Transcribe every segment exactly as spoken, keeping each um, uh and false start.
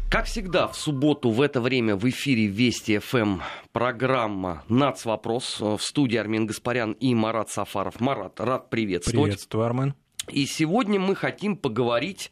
Как всегда, в субботу в это время в эфире Вести эф эм программа «Нацвопрос». В студии Армен Гаспарян и Марат Сафаров. Марат, рад приветствовать. Приветствую, Армен. И сегодня мы хотим поговорить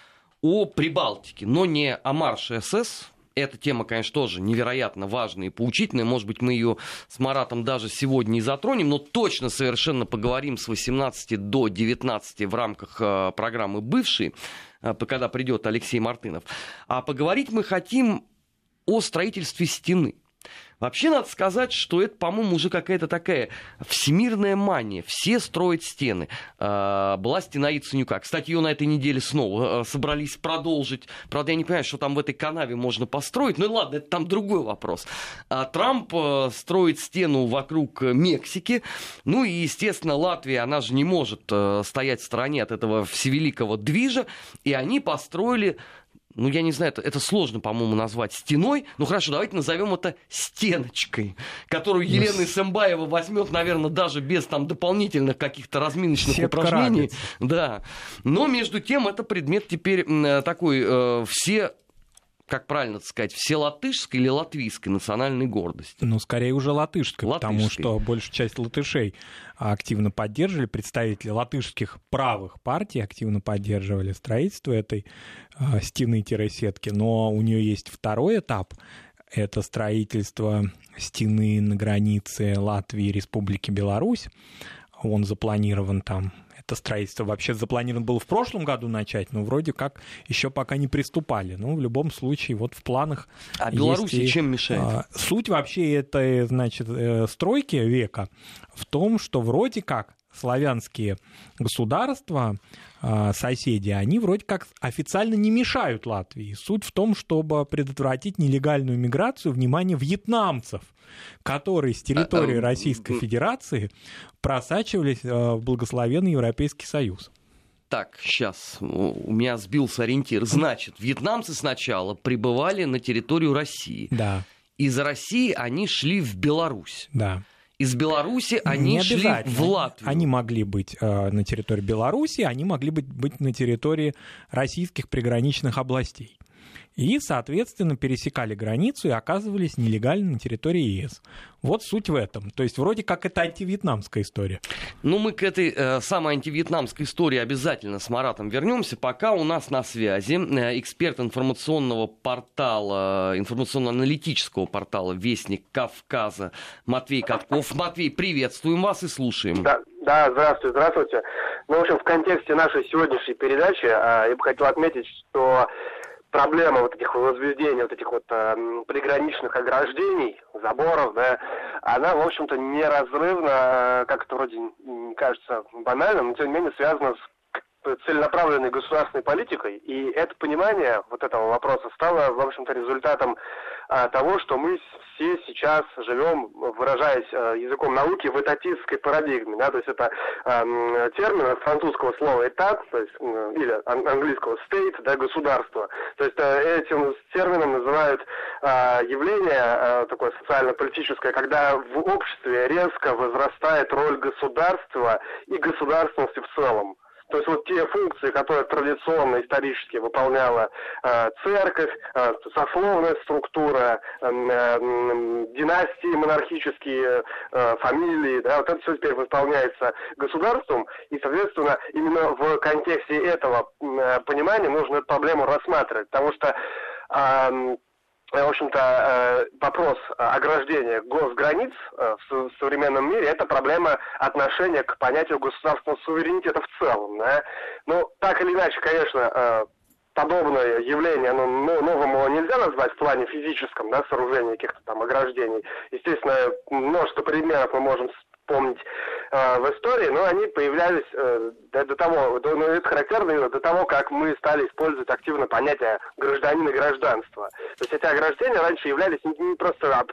о Прибалтике, но не о марше СС. Эта тема, конечно, тоже невероятно важная и поучительная. Может быть, мы ее с Маратом даже сегодня и затронем, но точно совершенно поговорим с восемнадцати до девятнадцати в рамках э, программы «Бывший», э, когда придет Алексей Мартынов. А поговорить мы хотим о строительстве стены. Вообще, надо сказать, что это, по-моему, уже какая-то такая всемирная мания. Все строят стены. А, была стена Яценюка. Кстати, ее на этой неделе снова а, собрались продолжить. Правда, я не понимаю, что там в этой канаве можно построить. Ну ладно, это там другой вопрос. А, Трамп а, строит стену вокруг Мексики. Ну и, естественно, Латвия, она же не может а, стоять в стороне от этого всевеликого движа. И они построили... Ну, я не знаю, это, это сложно, по-моему, назвать стеной. Ну, хорошо, давайте назовем это стеночкой, которую Елена Исымбаева возьмет, наверное, даже без там дополнительных каких-то разминочных Сетка упражнений. ракет. Да. Но, между тем, это предмет теперь э, такой э, все... как правильно сказать, вселатышской или латвийской национальной гордости? Ну, скорее уже латышской, латышской, потому что большая часть латышей активно поддерживали, представители латышских правых партий активно поддерживали строительство этой э, стены-сетки, но у нее есть второй этап, это строительство стены на границе Латвии и Республики Беларусь, он запланирован там. Это строительство вообще запланировано было в прошлом году начать, но вроде как еще пока не приступали. Но в любом случае вот в планах... А Беларуси и, чем мешает? А, суть вообще этой, значит, стройки века в том, что вроде как славянские государства, соседи, они вроде как официально не мешают Латвии. Суть в том, чтобы предотвратить нелегальную миграцию, внимание, вьетнамцев, которые с территории Российской Федерации просачивались в благословенный Европейский Союз. Так, сейчас у меня сбился ориентир. Значит, вьетнамцы сначала прибывали на территорию России. Да. Из России они шли в Беларусь. Да. Из Беларуси они шли в Латвию. Они могли быть э, на территории Беларуси, они могли быть, быть на территории российских приграничных областей. И, соответственно, пересекали границу и оказывались нелегально на территории ЕС. Вот суть в этом. То есть вроде как это антивьетнамская история. Ну, мы к этой э, самой антивьетнамской истории обязательно с Маратом вернемся. Пока у нас на связи э, эксперт информационного портала, информационно-аналитического портала «Вестник Кавказа» Матвей Катков. Матвей, приветствуем вас и слушаем. Да, да, здравствуйте, здравствуйте. Ну, в общем, в контексте нашей сегодняшней передачи э, я бы хотел отметить, что проблема вот этих возведений, вот этих вот э, приграничных ограждений, заборов, да, она, в общем-то, неразрывно, э, как это вроде не кажется банальным, но тем не менее связана с целенаправленной государственной политикой. И это понимание вот этого вопроса стало, в общем-то, результатом а, того, что мы все сейчас живем, выражаясь а, языком науки, в этатистской парадигме. Да? То есть это а, термин от французского слова «этат», то есть, или ан- английского «state», да, государство. То есть а, этим термином называют а, явление а, такое социально-политическое, когда в обществе резко возрастает роль государства и государственности в целом. То есть вот те функции, которые традиционно, исторически выполняла э, церковь, э, сословная структура, э, э, династии монархические, э, фамилии, да, вот это все теперь выполняется государством, и, соответственно, именно в контексте этого э, понимания нужно эту проблему рассматривать, потому что э, в общем-то, вопрос ограждения госграниц в современном мире – это проблема отношения к понятию государственного суверенитета в целом. Да? Ну, так или иначе, конечно, подобное явление, оно новым его нельзя назвать в плане физическом, да, сооружения каких-то там ограждений. Естественно, множество примеров мы можем помнить э, в истории, но они появлялись э, до, до того, до, ну, это характерно до того, как мы стали использовать активно понятие гражданина и гражданства. То есть эти ограждения раньше являлись не, не просто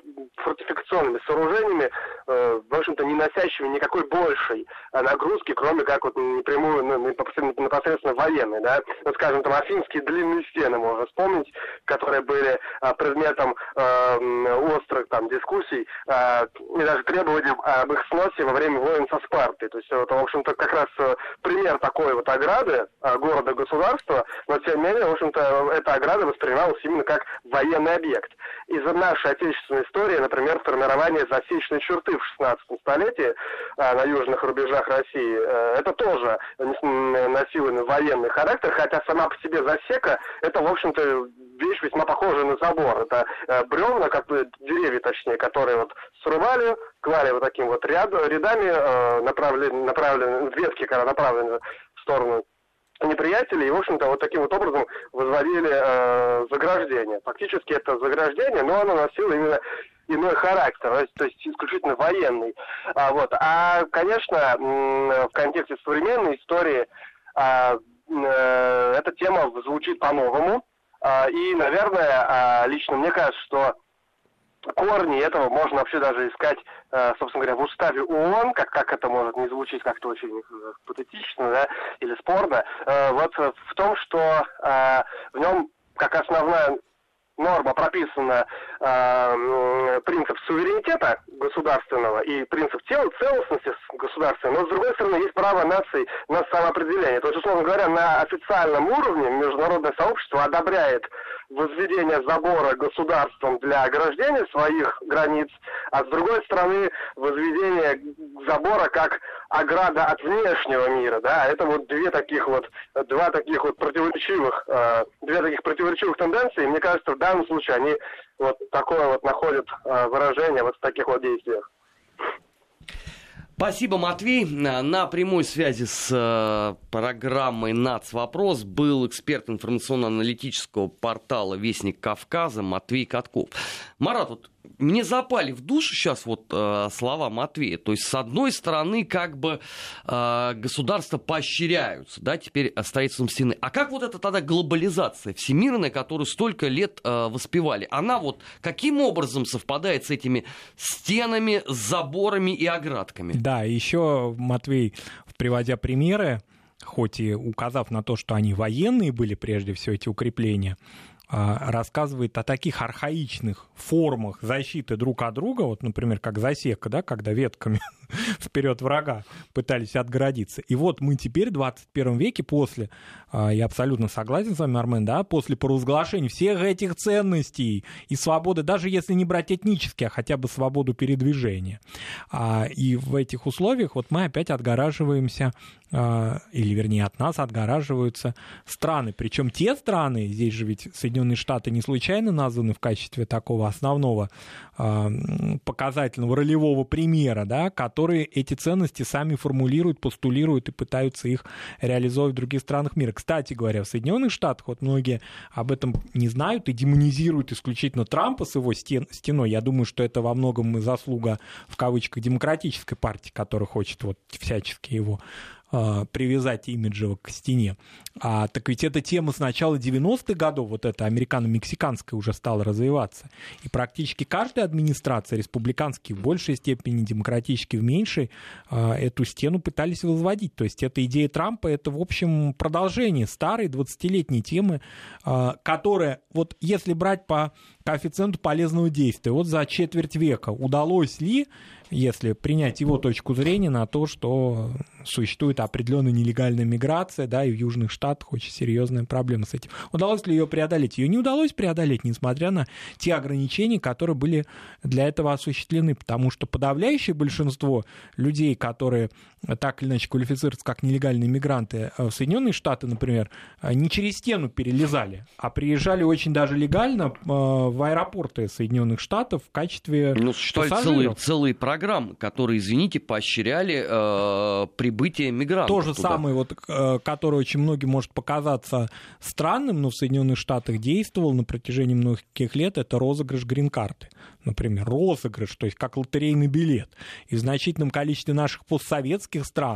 фортификационными сооружениями, э, в общем-то, не носящими никакой большей нагрузки, кроме как вот непрямую, ну, непосредственно военной, да. Вот, скажем, там, афинские длинные стены можно вспомнить, которые были э, предметом э, острых там дискуссий э, и даже требованием об их сносе во время войн со Спартой. То есть, вот, в общем-то, как раз э, пример такой вот ограды э, города-государства, но, тем не менее, в общем-то, эта ограда воспринималась именно как военный объект. Из-за нашей отечественной истории, например, формирование засечной черты в шестнадцатом столетии а, на южных рубежах России, а, это тоже носило военный характер, хотя сама по себе засека, это, в общем-то, вещь весьма похожая на забор. Это а, бревна, как бы, деревья, точнее, которые вот срубали, клали вот таким вот ряд, рядами, а, направлены, направлены, ветки, когда направлены в сторону неприятелей, и, в общем-то, вот таким вот образом возводили э, заграждение. Фактически это заграждение, но оно носило именно иной характер, то есть исключительно военный. А, вот. а конечно, в контексте современной истории а, а, эта тема звучит по-новому, а, и, наверное, а, лично мне кажется, что корни этого можно вообще даже искать, собственно говоря, в уставе ООН, как, как это может не звучить как-то очень патетично, да, или спорно, вот в том, что в нем как основная норма прописана э, принцип суверенитета государственного и принцип тел, целостности государственного, но, с другой стороны, есть право наций на самоопределение. То есть, условно говоря, на официальном уровне международное сообщество одобряет возведение забора государством для ограждения своих границ, а с другой стороны, возведение забора как ограда от внешнего мира, да, это вот две таких вот, два таких вот противоречивых, э, две таких противоречивых тенденции, и мне кажется, в данном случае они вот такое вот находят э, выражение вот в таких вот действиях. Спасибо, Матвей. На прямой связи с э, программой «Нацвопрос» был эксперт информационно-аналитического портала «Вестник Кавказа» Матвей Катков. Марат, вот мне запали в душу сейчас вот э, слова Матвея. То есть, с одной стороны, как бы э, государства поощряются, да, теперь строительством стены. А как вот эта тогда глобализация всемирная, которую столько лет э, воспевали, она вот каким образом совпадает с этими стенами, с заборами и оградками? Да, еще Матвей, приводя примеры, хоть и указав на то, что они военные были прежде всего, эти укрепления, рассказывает о таких архаичных формах защиты друг от друга, вот, например, как засека, да, когда ветками вперед врага пытались отгородиться. И вот мы теперь в двадцать первом веке после, я абсолютно согласен с вами, Армен, да, после поразглашения всех этих ценностей и свободы, даже если не брать этнически, а хотя бы свободу передвижения. И в этих условиях вот мы опять отгораживаемся, или, вернее, от нас отгораживаются страны. Причем те страны, здесь же ведь Соединенные Штаты не случайно названы в качестве такого основного показательного ролевого примера, да, которые эти ценности сами формулируют, постулируют и пытаются их реализовывать в других странах мира. Кстати говоря, в Соединенных Штатах вот многие об этом не знают и демонизируют исключительно Трампа с его стен, стеной. Я думаю, что это во многом заслуга, в кавычках, демократической партии, которая хочет вот всячески его привязать имиджево к стене. А, так ведь эта тема с начала девяностых годов, вот эта американо-мексиканская, уже стала развиваться. И практически каждая администрация, республиканские в большей степени, демократические в меньшей, эту стену пытались возводить. То есть эта идея Трампа, это, в общем, продолжение старой двадцатилетней темы, которая, вот если брать по коэффициенту полезного действия, вот за четверть века удалось ли, если принять его точку зрения на то, что существует определенная нелегальная миграция, да, и в Южных Штатах очень серьезная проблема с этим. Удалось ли ее преодолеть? Ее не удалось преодолеть, несмотря на те ограничения, которые были для этого осуществлены, потому что подавляющее большинство людей, которые так или иначе квалифицируются как нелегальные мигранты в Соединенные Штаты, например, не через стену перелезали, а приезжали очень даже легально в аэропорты Соединенных Штатов в качестве ну, пассажиров. Целые, целые программы, которые, извините, поощряли э, прибытие мигрантов. То же туда. самое, вот, э, которое очень многим может показаться странным, но в Соединенных Штатах действовал на протяжении многих лет, это розыгрыш грин-карты. Например, розыгрыш, то есть как лотерейный билет. И в значительном количестве наших постсоветских стран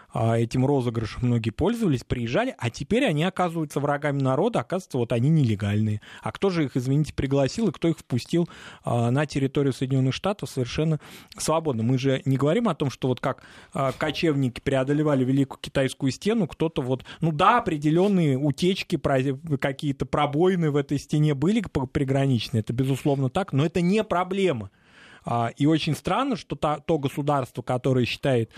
этим розыгрышем многие пользовались, приезжали, а теперь они оказываются врагами народа, оказывается, вот они нелегальные. А кто же их, извините, пригласил и кто их впустил на территорию Соединенных Штатов совершенно свободно? Мы же не говорим о том, что вот как кочевники преодолевали Великую Китайскую стену, кто-то вот, ну да, определенные утечки, какие-то пробоины в этой стене были приграничные, это безусловно так, но это не проблема. И очень странно, что то, то государство, которое считает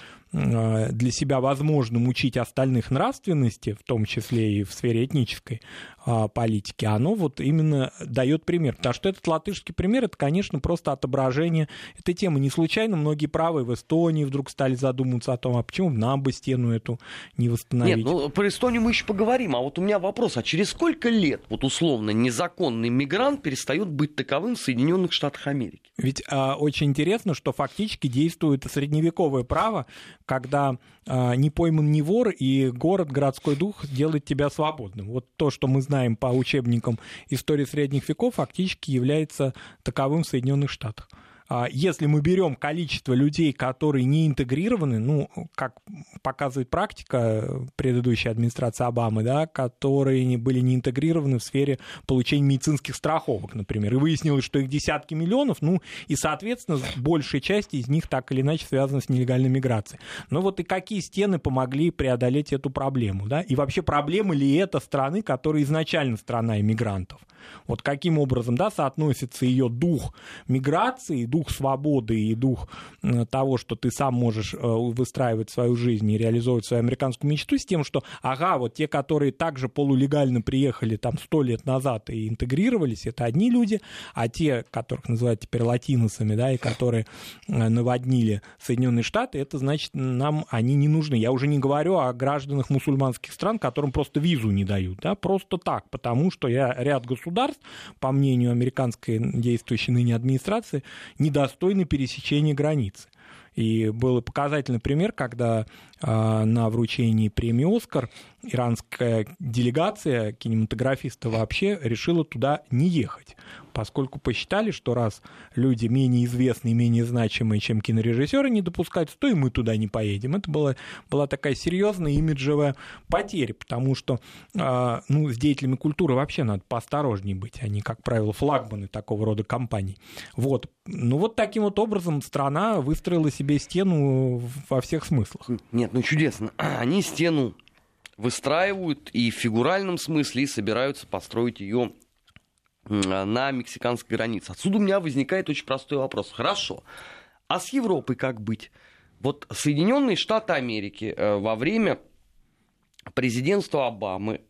для себя возможным учить остальных нравственности, в том числе и в сфере этнической политики, оно вот именно дает пример. Потому что этот латышский пример, это, конечно, просто отображение этой темы. Не случайно многие правые в Эстонии вдруг стали задумываться о том, а почему нам бы стену эту не восстановить. Нет, ну про Эстонию мы еще поговорим. А вот у меня вопрос, а через сколько лет, вот условно, незаконный мигрант перестает быть таковым в Соединенных Штатах Америки? Ведь а, очень интересно, что фактически действует средневековое право, когда а, не пойман не вор, и город, городской дух делает тебя свободным. Вот то, что мы знаем по учебникам истории средних веков, фактически является таковым в Соединенных Штатах. Если мы берем количество людей, которые не интегрированы, ну, как показывает практика предыдущей администрации Обамы, да, которые не были не интегрированы в сфере получения медицинских страховок, например, и выяснилось, что их десятки миллионов, ну, и, соответственно, большая часть из них так или иначе связана с нелегальной миграцией. Ну, вот и какие стены помогли преодолеть эту проблему, да, и вообще проблема ли это страны, которая изначально страна иммигрантов? Вот каким образом, да, соотносится ее дух миграции, дух свободы и дух того, что ты сам можешь выстраивать свою жизнь и реализовывать свою американскую мечту, с тем, что, ага, вот те, которые также полулегально приехали там сто лет назад и интегрировались, это одни люди, а те, которых называют теперь латиносами, да, и которые наводнили Соединенные Штаты, это значит, нам они не нужны. Я уже не говорю о гражданах мусульманских стран, которым просто визу не дают, да, просто так, потому что я ряд государств, по мнению американской действующей ныне администрации, недостойны пересечения границы. И был показательный пример, когда э, на вручении премии «Оскар» иранская делегация кинематографистов вообще решила туда не ехать, поскольку посчитали, что раз люди менее известные, менее значимые, чем кинорежиссеры, не допускаются, то и мы туда не поедем. Это была, была такая серьезная имиджевая потеря, потому что э, ну, с деятелями культуры вообще надо поосторожнее быть. Они, как правило, флагманы такого рода компаний. Вот. Ну вот таким вот образом страна выстроила себе стену во всех смыслах. Нет, ну чудесно. Они стену выстраивают и в фигуральном смысле, и собираются построить ее на мексиканской границе. Отсюда у меня возникает очень простой вопрос. Хорошо, а с Европой как быть? Вот Соединенные Штаты Америки во время президентства Обамы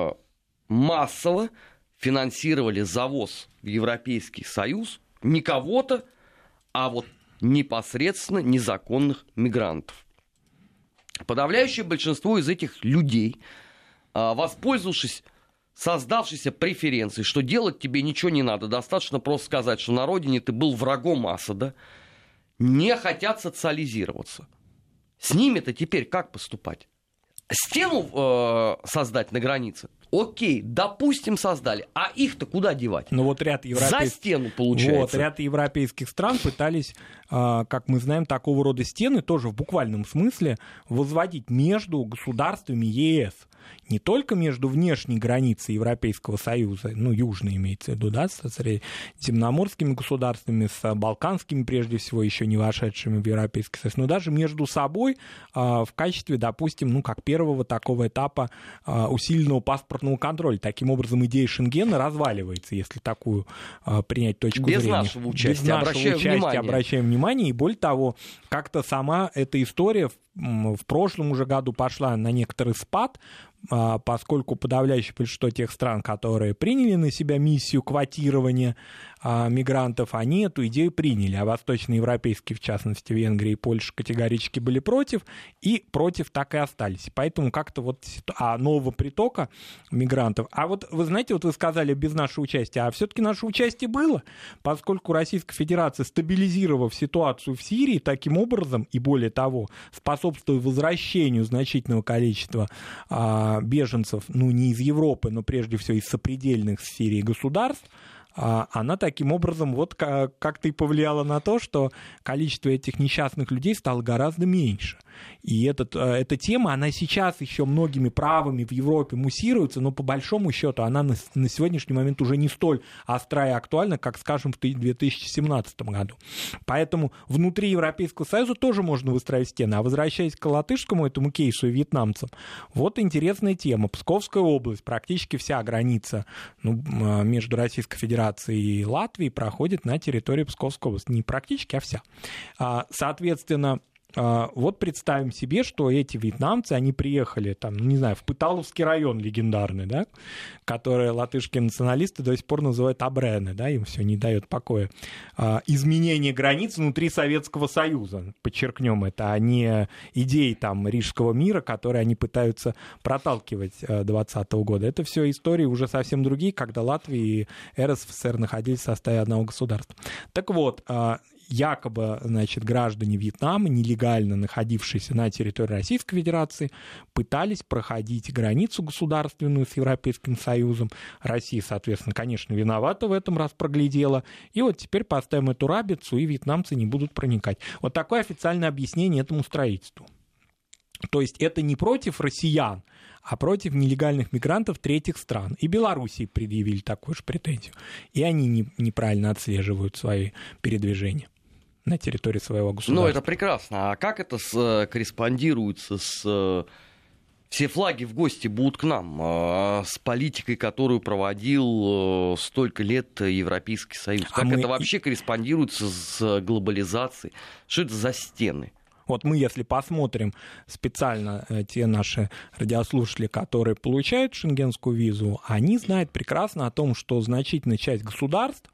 массово финансировали завоз в Европейский Союз не кого-то, а вот непосредственно незаконных мигрантов. Подавляющее большинство из этих людей, воспользовавшись создавшейся преференцией, что делать тебе ничего не надо, достаточно просто сказать, что на родине ты был врагом Асада, не хотят социализироваться. С ними-то теперь как поступать? Стену э, создать на границе? Окей, допустим, создали. А их-то куда девать? Ну, вот ряд европейских... За стену, получается. Вот, ряд европейских стран пытались, как мы знаем, такого рода стены, тоже в буквальном смысле, возводить между государствами ЕС. Не только между внешней границей Европейского Союза, ну, южной имеется в виду, да, с средиземноморскими государствами, с балканскими, прежде всего, еще не вошедшими в Европейский Союз, но даже между собой в качестве, допустим, ну, как первого такого этапа усиленного паспортного контроля. Таким образом, идея Шенгена разваливается, если такую принять точку Без зрения. Нашего участия, Без нашего обращаю участия внимание. обращаем внимание. И более того, как-то сама эта история в прошлом уже году пошла на некоторый спад, поскольку подавляющее большинство тех стран, которые приняли на себя миссию квотирования мигрантов, они эту идею приняли, а восточноевропейские, в частности, Венгрия и Польша, категорически были против, и против так и остались. Поэтому как-то вот а нового притока мигрантов. А вот вы знаете, вот вы сказали без нашего участия, а все-таки наше участие было, поскольку Российская Федерация, стабилизировав ситуацию в Сирии, таким образом, и более того, способствуя возвращению значительного количества а, беженцев, ну не из Европы, но прежде всего из сопредельных с Сирией государств, она таким образом вот как-то и повлияла на то, что количество этих несчастных людей стало гораздо меньше. И этот, эта тема, она сейчас еще многими правыми в Европе муссируется, но по большому счету она на, на сегодняшний момент уже не столь остра и актуальна, как, скажем, в две тысячи семнадцатом году. Поэтому внутри Европейского Союза тоже можно выстраивать стены. А возвращаясь к латышскому этому кейсу и вьетнамцам, вот интересная тема. Псковская область, практически вся граница ну, между Российской Федерацией и Латвией проходит на территории Псковской области. Не практически, а вся. Соответственно, вот представим себе, что эти вьетнамцы, они приехали, там, не знаю, в Пыталовский район легендарный, да, который латышские националисты до сих пор называют Абрены, да, им все не дает покоя. Изменение границ внутри Советского Союза, подчеркнем это, а не идеи там Рижского мира, которые они пытаются проталкивать двадцатого года. Это все истории уже совсем другие, когда Латвия и РСФСР находились в составе одного государства. Так вот, якобы, значит, граждане Вьетнама, нелегально находившиеся на территории Российской Федерации, пытались проходить границу государственную с Европейским Союзом. Россия, соответственно, конечно, виновата в этом, раз проглядела. И вот теперь поставим эту рабицу, и вьетнамцы не будут проникать. Вот такое официальное объяснение этому строительству. То есть это не против россиян, а против нелегальных мигрантов третьих стран. И Белоруссии предъявили такую же претензию. И они не, неправильно отслеживают свои передвижения на территории своего государства. Ну, это прекрасно. А как это с, корреспондируется с... Все флаги в гости будут к нам, с политикой, которую проводил столько лет Европейский Союз? Как а это мы... вообще корреспондируется с глобализацией? Что это за стены? Вот мы, если посмотрим специально те наши радиослушатели, которые получают шенгенскую визу, они знают прекрасно о том, что значительная часть государств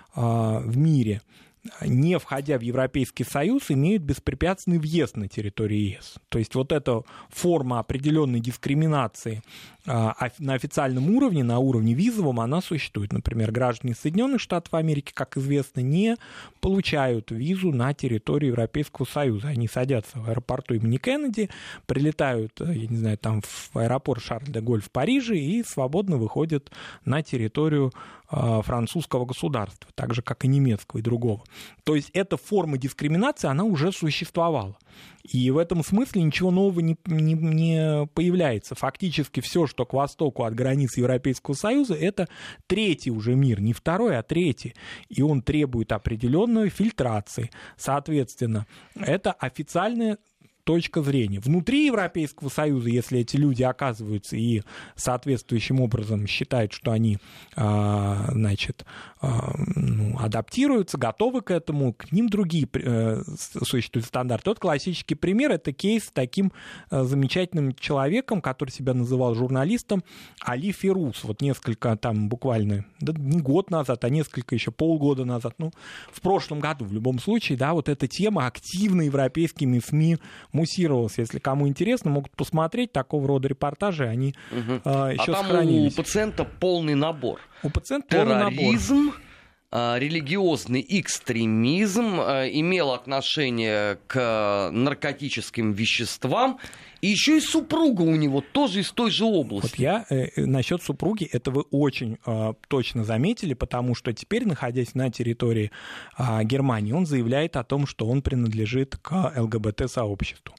в мире, не входя в Европейский Союз, имеют беспрепятственный въезд на территорию ЕС. То есть вот эта форма определенной дискриминации на официальном уровне, на уровне визовом, она существует. Например, граждане Соединенных Штатов Америки, как известно, не получают визу на территорию Европейского Союза. Они садятся в аэропорту имени Кеннеди, прилетают, я не знаю, там в аэропорт Шарль-де-Голль в Париже и свободно выходят на территорию французского государства, так же, как и немецкого и другого. То есть эта форма дискриминации, она уже существовала. И в этом смысле ничего нового не, не, не появляется. Фактически все, что к востоку от границ Европейского Союза, это третий уже мир, не второй, а третий. И он требует определенной фильтрации. Соответственно, это официальная точка зрения. Внутри Европейского Союза, если эти люди оказываются и соответствующим образом считают, что они, а, значит, а, ну, адаптируются, готовы к этому, к ним другие а, существуют стандарты. Вот классический пример — это кейс с таким а, замечательным человеком, который себя называл журналистом, Али Фирус. Вот несколько там буквально, да, не год назад, а несколько еще полгода назад, ну, в прошлом году в любом случае, да, вот эта тема активно европейскими СМИ муссировался. Если кому интересно, могут посмотреть такого рода репортажи, они угу. э, еще а сохранились. Там у пациента полный набор. У пациента полный набор. Терроризм, религиозный экстремизм, имел отношение к наркотическим веществам, и еще и супруга у него тоже из той же области. Вот я э, насчет супруги, это вы очень э, точно заметили, потому что теперь, находясь на территории э, Германии, он заявляет о том, что он принадлежит к ЛГБТ-сообществу.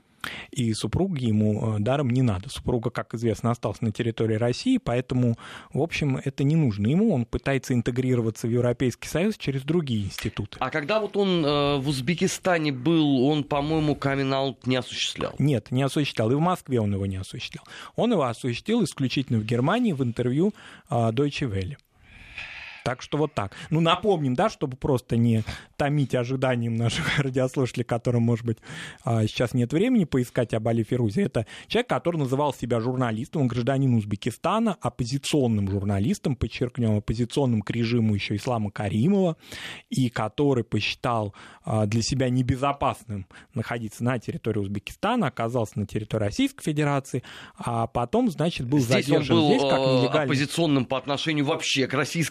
И супруги ему даром не надо. Супруга, как известно, осталась на территории России, поэтому, в общем, это не нужно ему. Он пытается интегрироваться в Европейский Союз через другие институты. А когда вот он э, в Узбекистане был, он, по-моему, камин-аут не осуществлял? Нет, не осуществлял. И в Москве он его не осуществлял. Он его осуществил исключительно в Германии в интервью э, Deutsche Welle. Так что вот так. Ну, напомним, да, чтобы просто не томить ожиданием наших радиослушателей, которым, может быть, сейчас нет времени поискать об Али Фирузе. Это человек, который называл себя журналистом, он гражданин Узбекистана, оппозиционным журналистом, подчеркнем, оппозиционным к режиму еще Ислама Каримова, и который посчитал для себя небезопасным находиться на территории Узбекистана, оказался на территории Российской Федерации, а потом, значит, был здесь задержан он был здесь как нелегальный. Оппозиционным по отношению вообще к российскому государству.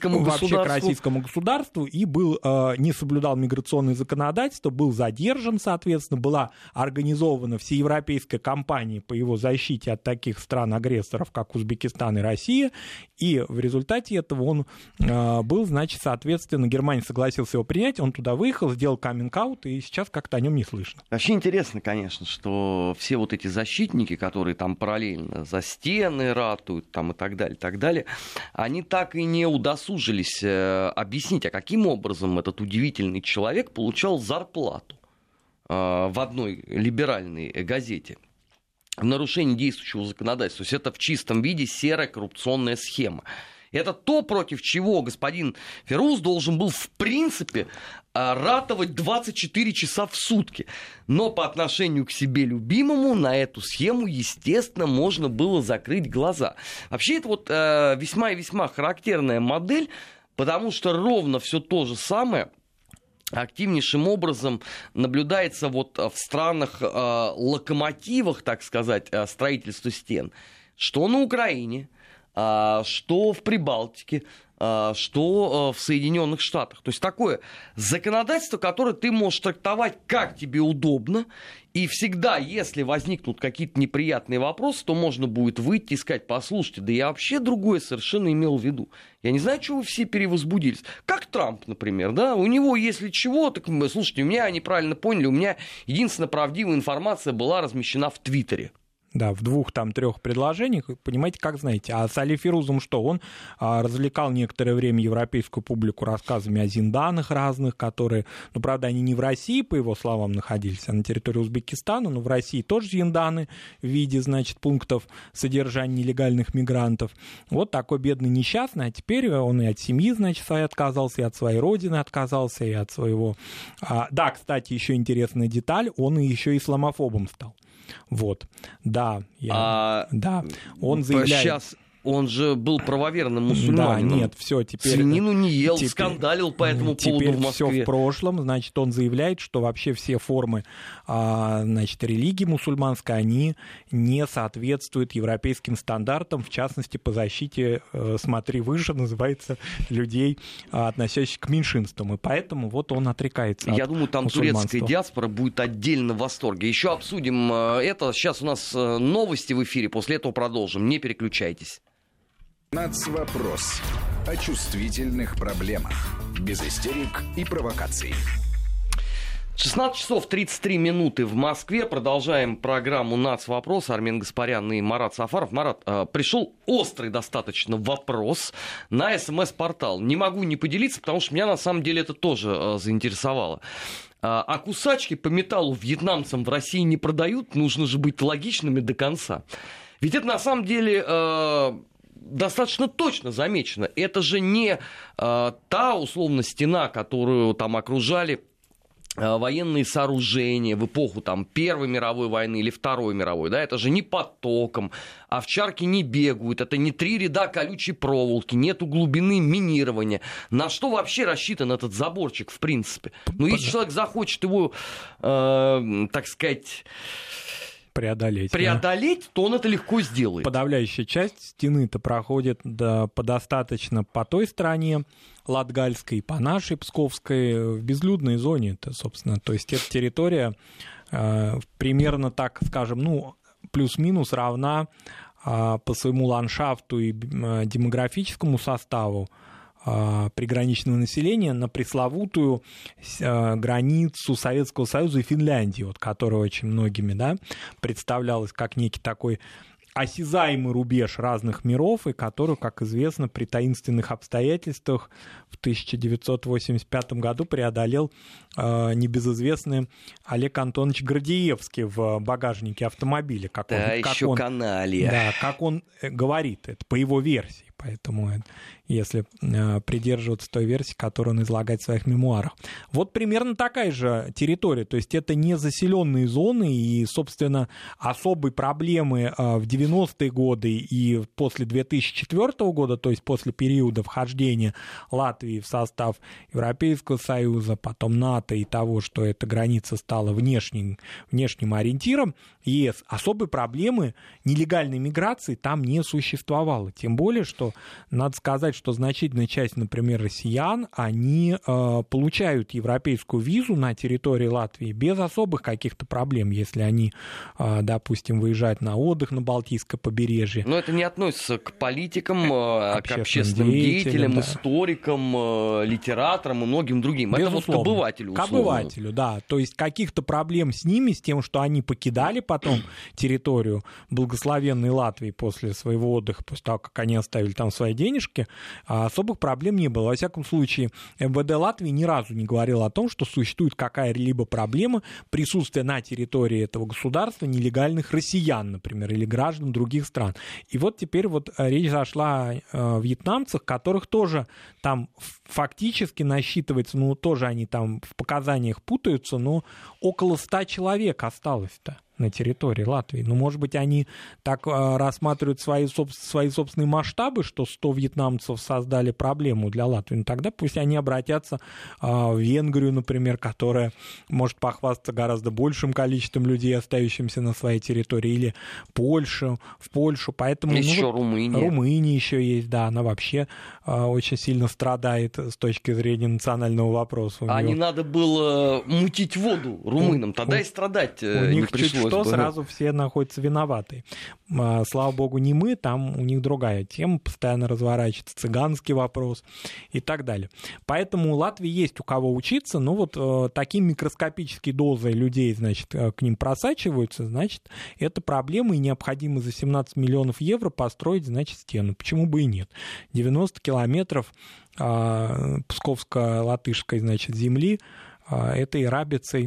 вообще к российскому государству и был, э, не соблюдал миграционное законодательство, был задержан, соответственно, была организована всеевропейская кампания по его защите от таких стран-агрессоров, как Узбекистан и Россия, и в результате этого он э, был, значит, соответственно, Германия согласилась его принять, он туда выехал, сделал каминг-аут, и сейчас как-то о нем не слышно. Вообще интересно, конечно, что все вот эти защитники, которые там параллельно за стены ратуют там, и так далее, так далее, они так и не удосужились э, объяснить, а каким образом этот удивительный человек получал зарплату э, в одной либеральной газете в нарушении действующего законодательства. То есть это в чистом виде серая коррупционная схема. Это то, против чего господин Фируз должен был, в принципе, ратовать двадцать четыре часа в сутки. Но по отношению к себе любимому на эту схему, естественно, можно было закрыть глаза. Вообще, это вот э, весьма и весьма характерная модель, потому что ровно все то же самое активнейшим образом наблюдается вот в странах э, локомотивах, так сказать, э, строительства стен, что на Украине, что в Прибалтике, что в Соединенных Штатах. То есть такое законодательство, которое ты можешь трактовать как тебе удобно, и всегда, если возникнут какие-то неприятные вопросы, то можно будет выйти и сказать: послушайте, да я вообще другое совершенно имел в виду. Я не знаю, чего вы все перевозбудились. Как Трамп, например, да, у него, если чего, так, слушайте, у меня неправильно поняли, у меня единственная правдивая информация была размещена в Твиттере. Да, в двух, там, трех предложениях, понимаете, как знаете. А с Али Фирузом что? Он а, развлекал некоторое время европейскую публику рассказами о зинданах разных, которые, ну, правда, они не в России, по его словам, находились, а на территории Узбекистана, но в России тоже зинданы в виде, значит, пунктов содержания нелегальных мигрантов. Вот такой бедный несчастный, а теперь он и от семьи, значит, своей отказался, и от своей родины отказался, и от своего... А, да, кстати, еще интересная деталь, он еще исламофобом стал. Вот, да, я, а, да, он заявляет... Сейчас он же был правоверным мусульманином. Да, нет, все, теперь... Свинину не ел, теперь, скандалил по этому поводу в Москве. Теперь все в прошлом, значит, он заявляет, что вообще все формы, значит, религии мусульманской, они не соответствуют европейским стандартам, в частности, по защите, смотри выше, называется, людей, относящихся к меньшинствам, и поэтому вот он отрекается от Я думаю, там турецкая диаспора будет отдельно в восторге. Еще обсудим это. Сейчас у нас новости в эфире, после этого продолжим. Не переключайтесь. Нацвопрос. О чувствительных проблемах. Без истерик и провокаций. шестнадцать часов тридцать три минуты в Москве. Продолжаем программу «Нацвопрос». Армен Гаспарян и Марат Сафаров. Марат, э, пришел острый достаточно вопрос на СМС-портал. Не могу не поделиться, потому что меня на самом деле это тоже э, заинтересовало. А, а кусачки по металлу вьетнамцам в России не продают? Нужно же быть логичными до конца. Ведь это на самом деле... Э, достаточно точно замечено. Это же не э, та, условно, стена, которую там окружали э, военные сооружения в эпоху там, Первой мировой войны или Второй мировой. Да? Это же не потоком, овчарки не бегают, это не три ряда колючей проволоки, нету глубины минирования. На что вообще рассчитан этот заборчик, в принципе? Ну, если человек захочет его, э, так сказать... преодолеть. Преодолеть, да? То он это легко сделает. Подавляющая часть стены-то проходит да, по достаточно по той стороне Латгальской, по нашей Псковской, в безлюдной зоне это, собственно. То есть эта территория э, примерно, так скажем, ну, плюс-минус равна э, по своему ландшафту и э, демографическому составу приграничного населения на пресловутую э, границу Советского Союза и Финляндии, вот, которая очень многими, да, представлялась как некий такой осязаемый рубеж разных миров, и которую, как известно, при таинственных обстоятельствах в тысяча девятьсот восемьдесят пятом году преодолел э, небезызвестный Олег Антонович Гордеевский в багажнике автомобиля. Как да, он, как еще он, каналья. Да, как он говорит, это по его версии. Поэтому, если э, придерживаться той версии, которую он излагает в своих мемуарах. Вот примерно такая же территория. То есть это не заселенные зоны, и, собственно, особой проблемы э, в девяностые годы и после две тысячи четвёртого года, то есть после периода вхождения Латвии в состав Европейского Союза, потом НАТО и того, что эта граница стала внешним, внешним ориентиром ЕС, особой проблемы нелегальной миграции там не существовало. Тем более, что надо сказать, что значительная часть, например, россиян, они э, получают европейскую визу на территории Латвии без особых каких-то проблем, если они, э, допустим, выезжают на отдых на Балтийское побережье. Но это не относится к политикам, к общественным деятелям, да. историкам, литераторам и многим другим. Безусловно. Это вот к обывателю. Условно. К обывателю, да. То есть каких-то проблем с ними, с тем, что они покидали потом территорию благословенной Латвии после своего отдыха, после того, как они оставили там свои денежки, особых проблем не было. Во всяком случае, эм вэ дэ Латвии ни разу не говорил о том, что существует какая-либо проблема присутствия на территории этого государства нелегальных россиян, например, или граждан других стран. И вот теперь вот речь зашла о вьетнамцах, которых тоже там фактически насчитывается, ну, тоже они там в показаниях путаются, но около ста человек осталось-то на территории Латвии. Ну, может быть, они так э, рассматривают свои, соб- свои собственные масштабы, что сто вьетнамцев создали проблему для Латвии. Ну, тогда пусть они обратятся э, в Венгрию, например, которая может похвастаться гораздо большим количеством людей, остающимся на своей территории, или Польшу, в Польшу. Поэтому, еще ну, вот, Румыния. Румыния еще есть, да, она вообще э, очень сильно страдает с точки зрения национального вопроса. А не надо было мутить воду румынам, тогда у, и страдать у не них пришлось. Что сразу все находятся виноваты. Слава богу, не мы, там у них другая тема, постоянно разворачивается цыганский вопрос и так далее. Поэтому у Латвии есть у кого учиться, но вот э, такие микроскопические дозы людей, значит, к ним просачиваются, значит, это проблема, и необходимо за семнадцать миллионов евро построить, значит, стену. Почему бы и нет? девяносто километров э, псковско-латышской, значит, земли, этой рабицей,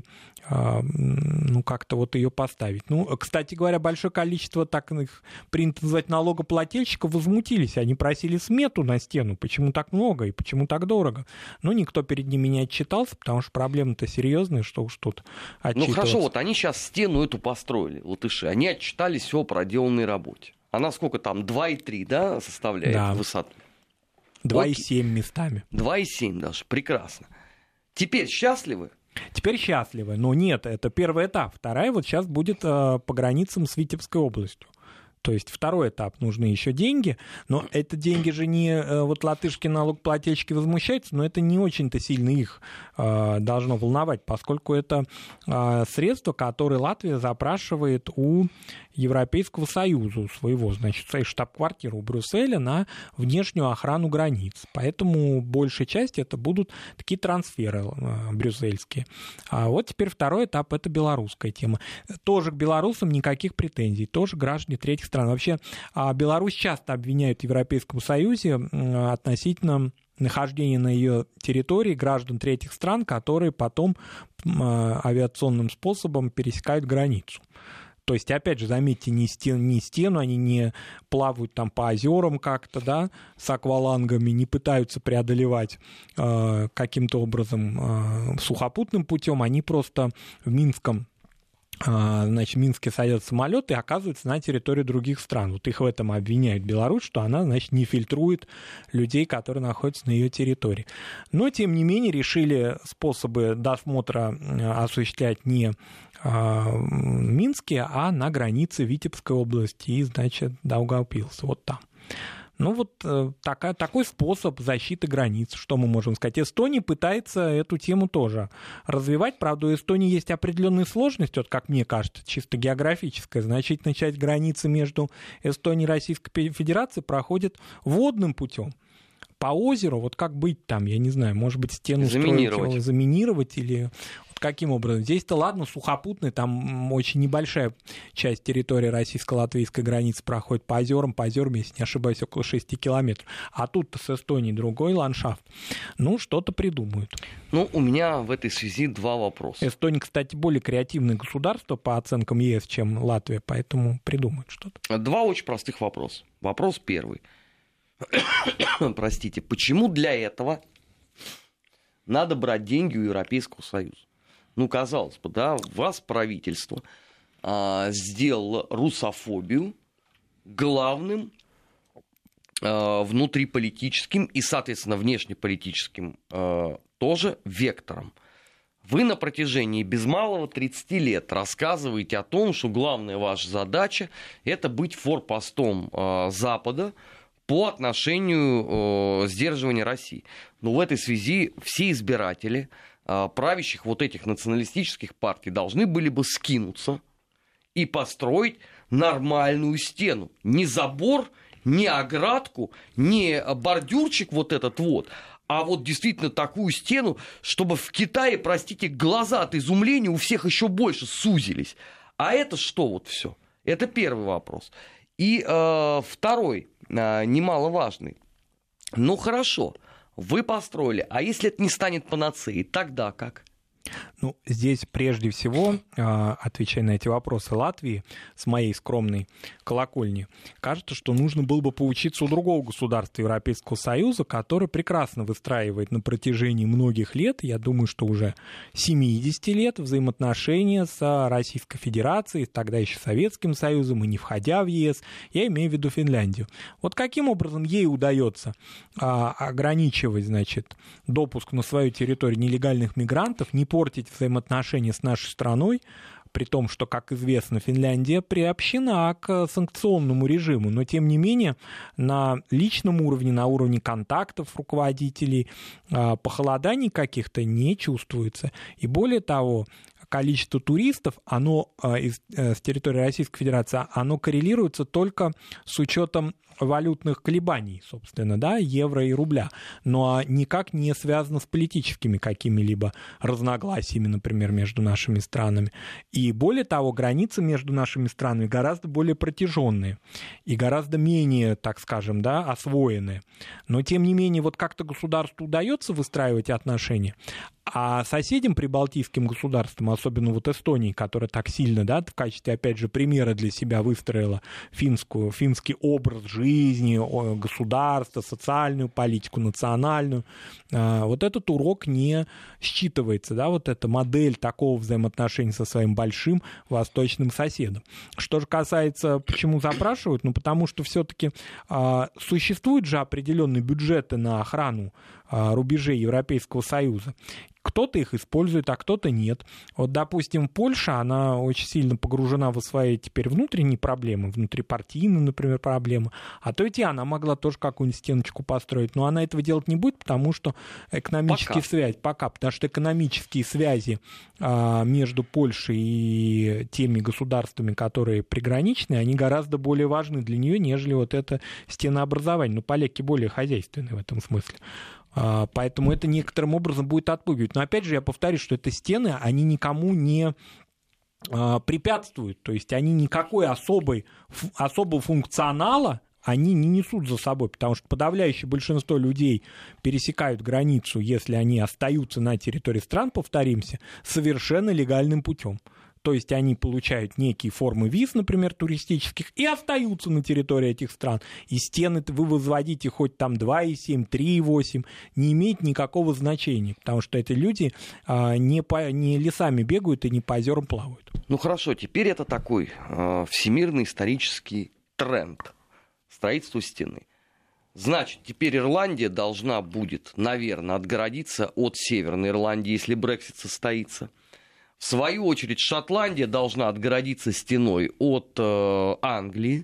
ну, как-то вот ее поставить. Ну, кстати говоря, большое количество, так их принято называть, налогоплательщиков возмутились. Они просили смету на стену. Почему так много и почему так дорого? Но никто перед ними не отчитался, потому что проблема-то серьезная, что уж тут отчитываться. Ну, хорошо, вот они сейчас стену эту построили, латыши. Они отчитались о проделанной работе. Она сколько там, два и три, да, составляет да. высоту? два и семь местами. два и семь даже, прекрасно. Теперь счастливы? Теперь счастливы, но нет, это первый этап. Вторая вот сейчас будет э, по границам с Витебской областью. То есть второй этап, нужны еще деньги, но это деньги же не, э, вот латышские налогоплательщики возмущаются, но это не очень-то сильно их э, должно волновать, поскольку это э, средства, которые Латвия запрашивает у Европейского Союза, у своего, значит, своей штаб-квартиры у Брюсселя на внешнюю охрану границ. Поэтому большая часть это будут такие трансферы э, брюссельские. А вот теперь второй этап — это белорусская тема. Тоже к белорусам никаких претензий, тоже граждане третьих стран. Вообще Беларусь часто обвиняют в Европейском Союзе относительно нахождения на ее территории граждан третьих стран, которые потом авиационным способом пересекают границу. То есть, опять же, заметьте, не стену, не стену, они не плавают там по озерам как-то, да, с аквалангами, не пытаются преодолевать э, каким-то образом э, сухопутным путем, они просто в Минском значит, в Минске садятся самолеты и оказываются на территории других стран. Вот их в этом обвиняют Беларусь, что она, значит, не фильтрует людей, которые находятся на ее территории. Но, тем не менее, решили способы досмотра осуществлять не в Минске, а на границе Витебской области и, значит, Даугавпилса, вот там. Ну, вот э, такая, такой способ защиты границ, что мы можем сказать. Эстония пытается эту тему тоже развивать. Правда, у Эстонии есть определенные сложности, вот как мне кажется, чисто географическая. Значительная часть границы между Эстонией и Российской Федерацией проходит водным путем. По озеру, вот как быть там, я не знаю, может быть, стену заминировать. строить, заминировать или... Вот каким образом? Здесь-то ладно, сухопутный, там очень небольшая часть территории российско-латвийской границы проходит по озерам, по озерам, если не ошибаюсь, около шести километров. А тут-то с Эстонией другой ландшафт. Ну, что-то придумают. Ну, у меня в этой связи два вопроса. Эстония, кстати, более креативное государство по оценкам ЕС, чем Латвия, поэтому придумают что-то. Два очень простых вопроса. Вопрос первый. Простите, почему для этого надо брать деньги у Европейского Союза? Ну, казалось бы, да, вас правительство а, сделало русофобию главным а, внутриполитическим и, соответственно, внешнеполитическим а, тоже вектором. Вы на протяжении без малого тридцати лет рассказываете о том, что главная ваша задача – это быть форпостом а, Запада по отношению э, сдерживания России. Но в этой связи все избиратели э, правящих вот этих националистических партий должны были бы скинуться и построить нормальную стену. Не забор, не оградку, не бордюрчик вот этот вот, а вот действительно такую стену, чтобы в Китае, простите, глаза от изумления у всех еще больше сузились. А это что вот все? Это первый вопрос. И э, второй, э, немаловажный. Ну хорошо, вы построили, а если это не станет панацеей, тогда как? Ну, здесь прежде всего, отвечая на эти вопросы Латвии, с моей скромной колокольни, кажется, что нужно было бы поучиться у другого государства Европейского Союза, которое прекрасно выстраивает на протяжении многих лет, я думаю, что уже семьдесят лет, взаимоотношения с Российской Федерацией, тогда еще Советским Союзом, и не входя в ЕС, я имею в виду Финляндию. Вот каким образом ей удается ограничивать, значит, допуск на свою территорию нелегальных мигрантов, не портить взаимоотношения с нашей страной, при том, что, как известно, Финляндия приобщена к санкционному режиму, но, тем не менее, на личном уровне, на уровне контактов руководителей похолоданий каких-то не чувствуется. И более того, количество туристов, оно из, с территории Российской Федерации, оно коррелируется только с учетом валютных колебаний, собственно, да, евро и рубля, но никак не связано с политическими какими-либо разногласиями, например, между нашими странами. И более того, границы между нашими странами гораздо более протяженные и гораздо менее, так скажем, да, освоенные. Но, тем не менее, вот как-то государству удается выстраивать отношения, а соседям прибалтийским государствам, особенно вот Эстонии, которая так сильно, да, в качестве, опять же, примера для себя выстроила финскую, финский образ жизни, государства, социальную политику, национальную, вот этот урок не считывается, да, вот эта модель такого взаимоотношения со своим большим восточным соседом. Что же касается, почему запрашивают, ну, потому что все-таки а, существуют же определенные бюджеты на охрану а, рубежей Европейского Союза. Кто-то их использует, а кто-то нет. Вот, допустим, Польша, она очень сильно погружена в свои теперь внутренние проблемы, внутрипартийные, например, проблемы. А то ведь и она могла тоже какую-нибудь стеночку построить. Но она этого делать не будет, потому что экономические связи, пока, потому что экономические связи а, между Польшей и теми государствами, которые приграничны, они гораздо более важны для нее, нежели вот это стенообразование. Но поляки более хозяйственные в этом смысле. Поэтому это некоторым образом будет отпугивать. Но опять же я повторю, что это стены, они никому не препятствуют. То есть они никакой особой, особого функционала они не несут за собой, потому что подавляющее большинство людей пересекают границу, если они остаются на территории стран, повторимся, совершенно легальным путем. То есть они получают некие формы виз, например, туристических, и остаются на территории этих стран. И стены вы возводите хоть там два и семь, три и восемь, не имеет никакого значения, потому что эти люди а, не, по, не лесами бегают и не по озерам плавают. Ну хорошо, теперь это такой э, всемирный исторический тренд строительства стены. Значит, теперь Ирландия должна будет, наверное, отгородиться от Северной Ирландии, если Брексит состоится. В свою очередь, Шотландия должна отгородиться стеной от э, Англии.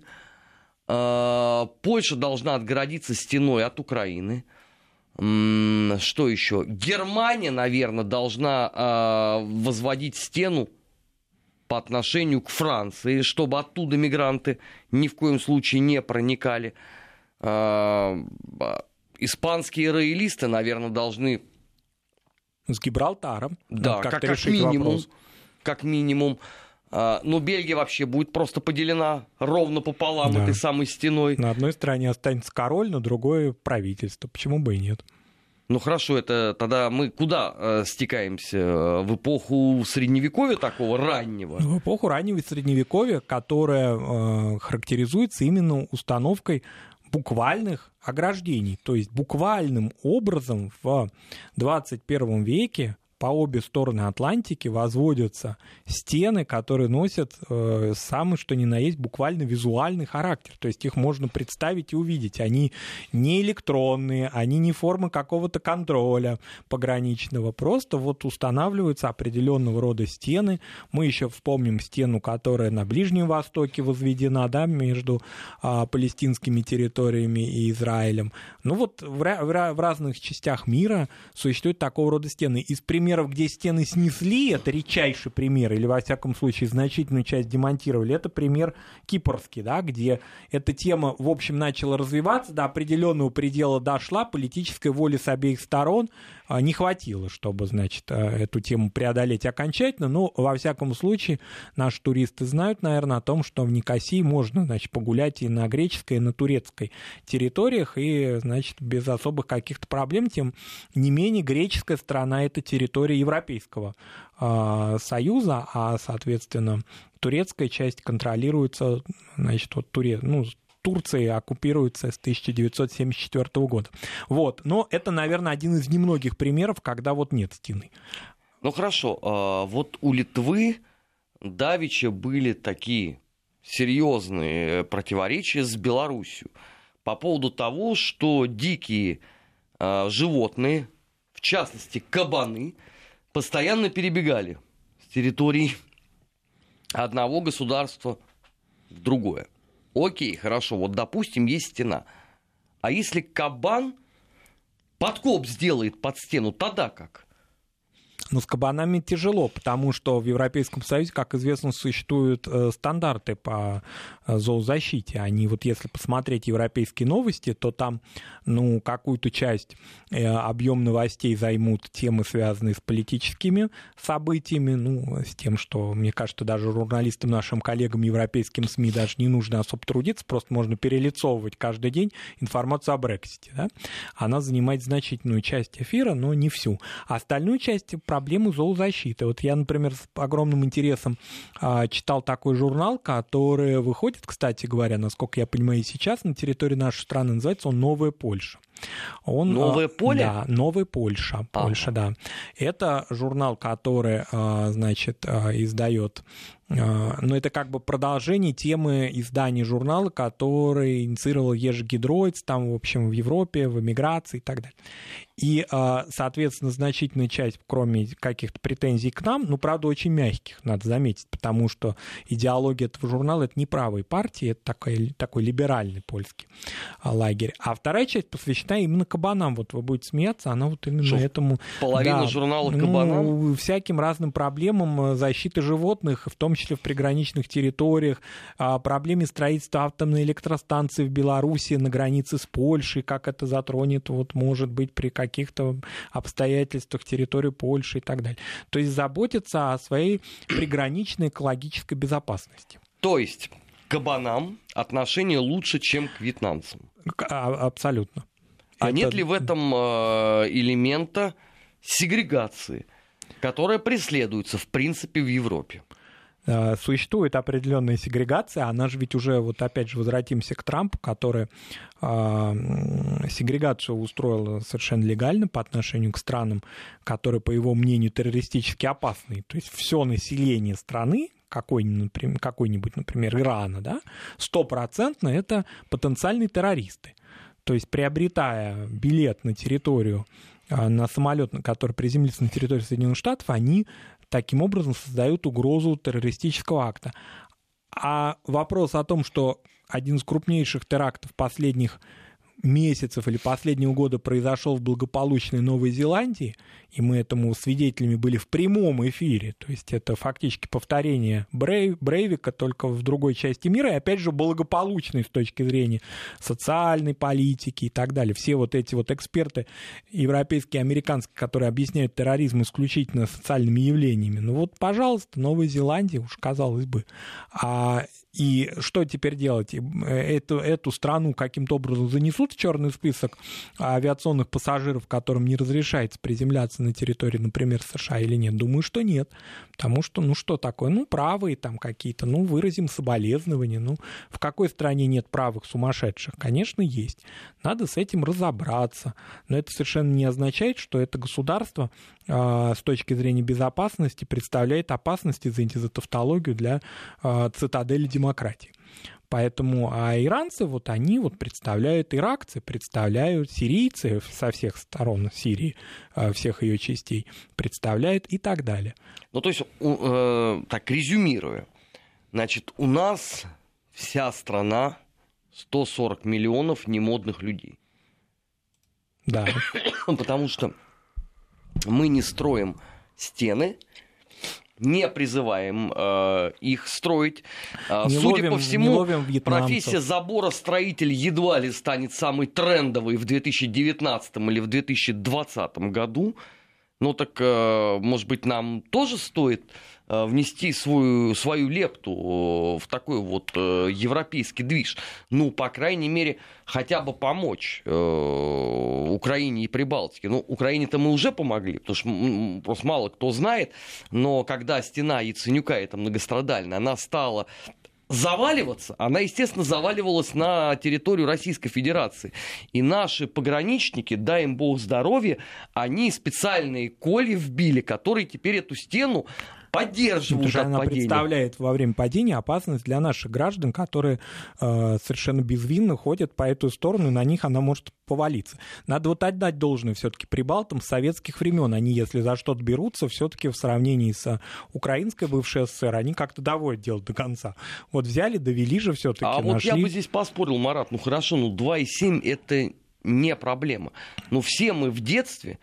Э, Польша должна отгородиться стеной от Украины. М-м, что еще? Германия, наверное, должна э, возводить стену по отношению к Франции, чтобы оттуда мигранты ни в коем случае не проникали. Э, испанские роялисты, наверное, должны... С Гибралтаром. Да, как, как минимум. Вопрос. Как минимум. А, но Бельгия вообще будет просто поделена ровно пополам да. этой самой стеной. На одной стороне останется король, на другой правительство. Почему бы и нет? Ну хорошо, это тогда мы куда э, стекаемся? В эпоху Средневековья такого раннего? В эпоху раннего Средневековья, которая э, характеризуется именно установкой буквальных ограждений. То есть буквальным образом в двадцать первом веке по обе стороны Атлантики возводятся стены, которые носят э, самый что ни на есть буквально визуальный характер. То есть их можно представить и увидеть. Они не электронные, они не формы какого-то контроля пограничного. Просто вот устанавливаются определенного рода стены. Мы еще вспомним стену, которая на Ближнем Востоке возведена, да, между а, палестинскими территориями и Израилем. Ну вот в, в, в разных частях мира существуют такого рода стены. Из примеров, где стены снесли, это редчайший пример, или во всяком случае значительную часть демонтировали, это пример кипрский, да, где эта тема, в общем, начала развиваться, до определенного предела дошла, политической воли с обеих сторон не хватило, чтобы, значит, эту тему преодолеть окончательно, но, во всяком случае, наши туристы знают, наверное, о том, что в Никосии можно, значит, погулять и на греческой, и на турецкой территориях, и, значит, без особых каких-то проблем, тем не менее, греческая сторона — это территория Европейского э, Союза, а, соответственно, турецкая часть контролируется, значит, вот Туре... ну, Турции оккупируется с тысяча девятьсот семьдесят четвёртого года. Вот. Но это, наверное, один из немногих примеров, когда вот нет стены. Ну хорошо, вот у Литвы давеча были такие серьезные противоречия с Белоруссией по поводу того, что дикие животные, в частности кабаны, постоянно перебегали с территории одного государства в другое. Окей, хорошо, вот допустим, есть стена. А если кабан подкоп сделает под стену, тогда как? Но с кабанами тяжело, потому что в Европейском Союзе, как известно, существуют стандарты по зоозащите. Они, вот если посмотреть европейские новости, то там, ну, какую-то часть объем новостей займут темы, связанные с политическими событиями, ну, с тем, что, мне кажется, даже журналистам, нашим коллегам, европейским СМИ даже не нужно особо трудиться, просто можно перелицовывать каждый день информацию о Брексите, да? Она занимает значительную часть эфира, но не всю. А остальную часть проблемы зоозащиты. Вот я, например, с огромным интересом а, читал такой журнал, который выходит, кстати говоря, насколько я понимаю, и сейчас на территории нашей страны, называется он «Новая Польша». Он, Новое поле? Да, Новая Польша. Польша, а. да. Это журнал, который, значит, издает, ну, это как бы продолжение темы издания журнала, который инициировал Ежи Гидройц, там, в общем, в Европе, в эмиграции и так далее. И, соответственно, значительная часть, кроме каких-то претензий к нам, ну, правда, очень мягких, надо заметить, потому что идеология этого журнала — это не правые партии, это такой, такой либеральный польский лагерь. А вторая часть посвящена именно кабанам. Вот вы будете смеяться, она вот именно Шо, этому... Половина да, журнала кабанам? Ну, всяким разным проблемам защиты животных, в том числе в приграничных территориях, проблеме строительства атомной электростанции в Беларуси на границе с Польшей, как это затронет, вот, может быть, при каких-то обстоятельствах территорию Польши и так далее. То есть заботиться о своей приграничной экологической безопасности. То есть к кабанам отношение лучше, чем к вьетнамцам? Абсолютно. А это... нет ли в этом э, элемента сегрегации, которая преследуется, в принципе, в Европе? Существует определенная сегрегация, она же ведь уже, вот опять же, возвратимся к Трампу, который э, сегрегацию устроил совершенно легально по отношению к странам, которые, по его мнению, террористически опасны. То есть все население страны, какой-нибудь, какой-нибудь, например, Ирана, да, стопроцентно это потенциальные террористы. То есть, приобретая билет на территорию, на самолет, который приземлится на территории Соединенных Штатов, они таким образом создают угрозу террористического акта. А вопрос о том, что один из крупнейших терактов последних месяцев или последнего года произошел в благополучной Новой Зеландии, и мы этому свидетелями были в прямом эфире, то есть это фактически повторение Брейв, Брейвика, только в другой части мира, и опять же благополучный с точки зрения социальной политики и так далее. Все вот эти вот эксперты европейские, американские, которые объясняют терроризм исключительно социальными явлениями, ну вот, пожалуйста, Новая Зеландия, уж казалось бы. А, и что теперь делать? Эту, эту страну каким-то образом занесут в черный список авиационных пассажиров, которым не разрешается приземляться на территории, например, США или нет? Думаю, что нет. Потому что, ну что такое? Ну, правые там какие-то, ну, выразим соболезнования. Ну, в какой стране нет правых сумасшедших? Конечно, есть. Надо с этим разобраться. Но это совершенно не означает, что это государство э, с точки зрения безопасности представляет опасность, извините за тавтологию, для э, цитадели демократии. Поэтому, а иранцы, вот они вот представляют, иракцы представляют, сирийцы со всех сторон Сирии, всех ее частей представляют и так далее. Ну, то есть, э, так, резюмируя, значит, у нас вся страна сто сорок миллионов немодных людей. Да. Потому что мы не строим стены, не призываем э, их строить. Э, не Судя ловим, по всему, профессия заборостроитель едва ли станет самой трендовой в две тысячи девятнадцатом или в две тысячи двадцатом году. Ну так, э, может быть, нам тоже стоит э, внести свою, свою лепту в такой вот э, европейский движ. Ну, по крайней мере, хотя бы помочь э, Украине и Прибалтике. Ну, Украине-то мы уже помогли, потому что м, просто мало кто знает, но когда стена Яценюка, эта многострадальная, она стала заваливаться, она, естественно, заваливалась на территорию Российской Федерации. И наши пограничники, дай им бог здоровья, они специальные колья вбили, которые теперь эту стену поддерживают от она падения. Представляет во время падения опасность для наших граждан, которые э, совершенно безвинно ходят по эту сторону, и на них она может повалиться. Надо вот отдать должное все-таки прибалтам с советских времен. Они, если за что-то берутся, все-таки в сравнении с украинской бывшей СССР, они как-то доводят дело до конца. Вот взяли, довели же все-таки, А нашли. вот я бы здесь поспорил, Марат, ну хорошо, ну два и семь это не проблема. Но все мы в детстве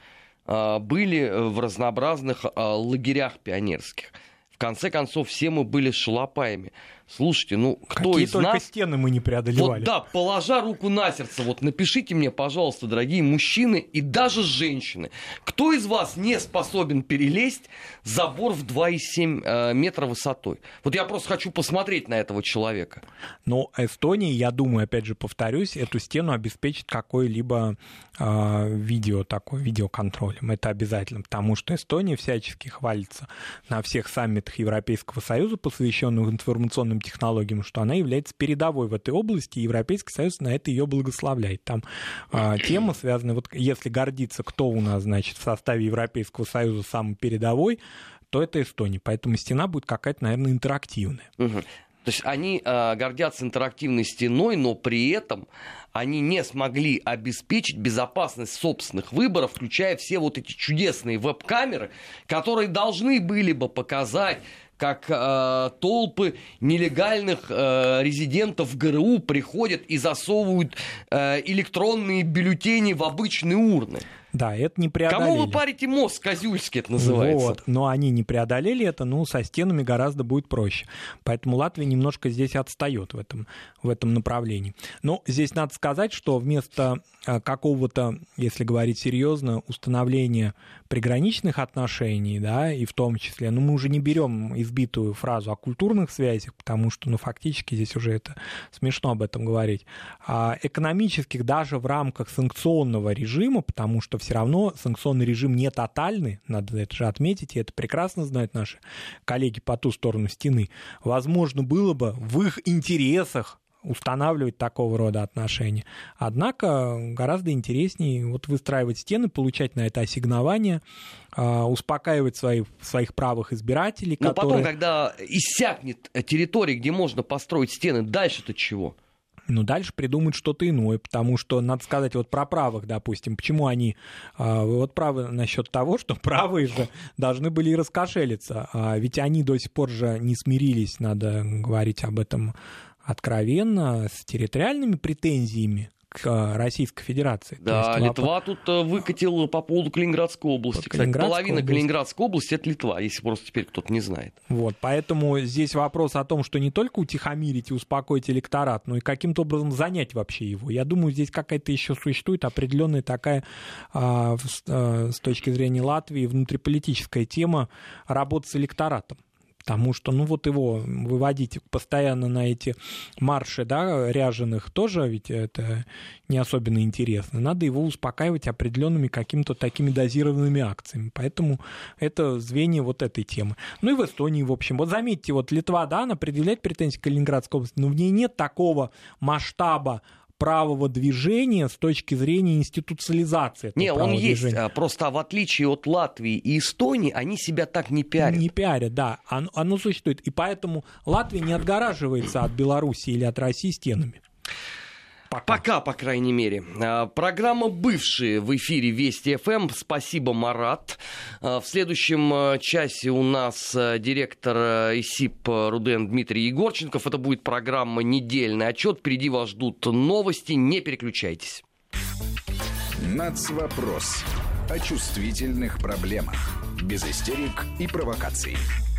были в разнообразных лагерях пионерских. В конце концов, все мы были шалопаями. Слушайте, ну кто Какие из только нас... стены мы не преодолевали. Вот да, положа руку на сердце, вот напишите мне, пожалуйста, дорогие мужчины и даже женщины, кто из вас не способен перелезть забор в два и семь метра высотой? Вот я просто хочу посмотреть на этого человека. Но Эстония, я думаю, опять же повторюсь, эту стену обеспечит какой-либо э, видео такой, видеоконтролем. Это обязательно, потому что Эстония всячески хвалится на всех саммитах Европейского Союза, посвященных информационным технологиям, что она является передовой в этой области, и Европейский Союз на это ее благословляет. Там э, тема связана, вот если гордиться, кто у нас, значит, в составе Европейского Союза самый передовой, то это Эстония. Поэтому стена будет какая-то, наверное, интерактивная. Угу. То есть они э, гордятся интерактивной стеной, но при этом они не смогли обеспечить безопасность собственных выборов, включая все вот эти чудесные веб-камеры, которые должны были бы показать, как э, толпы нелегальных э, резидентов ГРУ приходят и засовывают э, электронные бюллетени в обычные урны. Да, это не преодолели. Кому вы парите мозг, Козюльский это называется? Вот, но они не преодолели это, ну, со стенами гораздо будет проще. Поэтому Латвия немножко здесь отстает в этом, в этом направлении. Но здесь надо сказать, что вместо какого-то, если говорить серьезно, установления приграничных отношений, да, и в том числе, ну, мы уже не берем избитую фразу о культурных связях, потому что, ну, фактически здесь уже это смешно об этом говорить, а экономических даже в рамках санкционного режима, потому что все равно санкционный режим не тотальный, надо это же отметить, и это прекрасно знают наши коллеги по ту сторону стены. Возможно, было бы в их интересах устанавливать такого рода отношения. Однако гораздо интереснее вот выстраивать стены, получать на это ассигнования, успокаивать своих, своих правых избирателей. Но которые... потом, когда иссякнет территория, где можно построить стены, дальше-то чего? Ну, дальше придумают что-то иное, потому что, надо сказать, вот про правых, допустим, почему они, вы вот правы насчет того, что правые же должны были и раскошелиться, ведь они до сих пор же не смирились, надо говорить об этом откровенно, с территориальными претензиями к Российской Федерации. Да, есть, Литва лапа... тут выкатила по поводу Калининградской области. Кстати, Калининградской половина области. Калининградской области — это Литва, если просто теперь кто-то не знает. Вот, поэтому здесь вопрос о том, что не только утихомирить и успокоить электорат, но и каким-то образом занять вообще его. Я думаю, здесь какая-то еще существует определенная такая, а, а, с точки зрения Латвии, внутриполитическая тема работы с электоратом. Потому что, ну вот его выводить постоянно на эти марши, да, ряженых тоже ведь это не особенно интересно. Надо его успокаивать определенными какими-то такими дозированными акциями. Поэтому это звенья вот этой темы. Ну и в Эстонии, в общем. Вот заметьте, вот Литва, да, она предъявляет претензии к Калининградской области, но в ней нет такого масштаба правого движения с точки зрения институциализации. Не, он движения. есть, просто в отличие от Латвии и Эстонии, они себя так не пиарят. Не пиарят, да, оно, оно существует. И поэтому Латвия не отгораживается от Беларуси или от России стенами. Пока. Пока, по крайней мере. Программа «Бывшие» в эфире Вести эф эм. Спасибо, Марат. В следующем часе у нас директор ИСИП «Руден» Дмитрий Егорченков. Это будет программа «Недельный отчет». Впереди вас ждут новости. Не переключайтесь. Нацвопрос. О чувствительных проблемах. Без истерик и провокаций.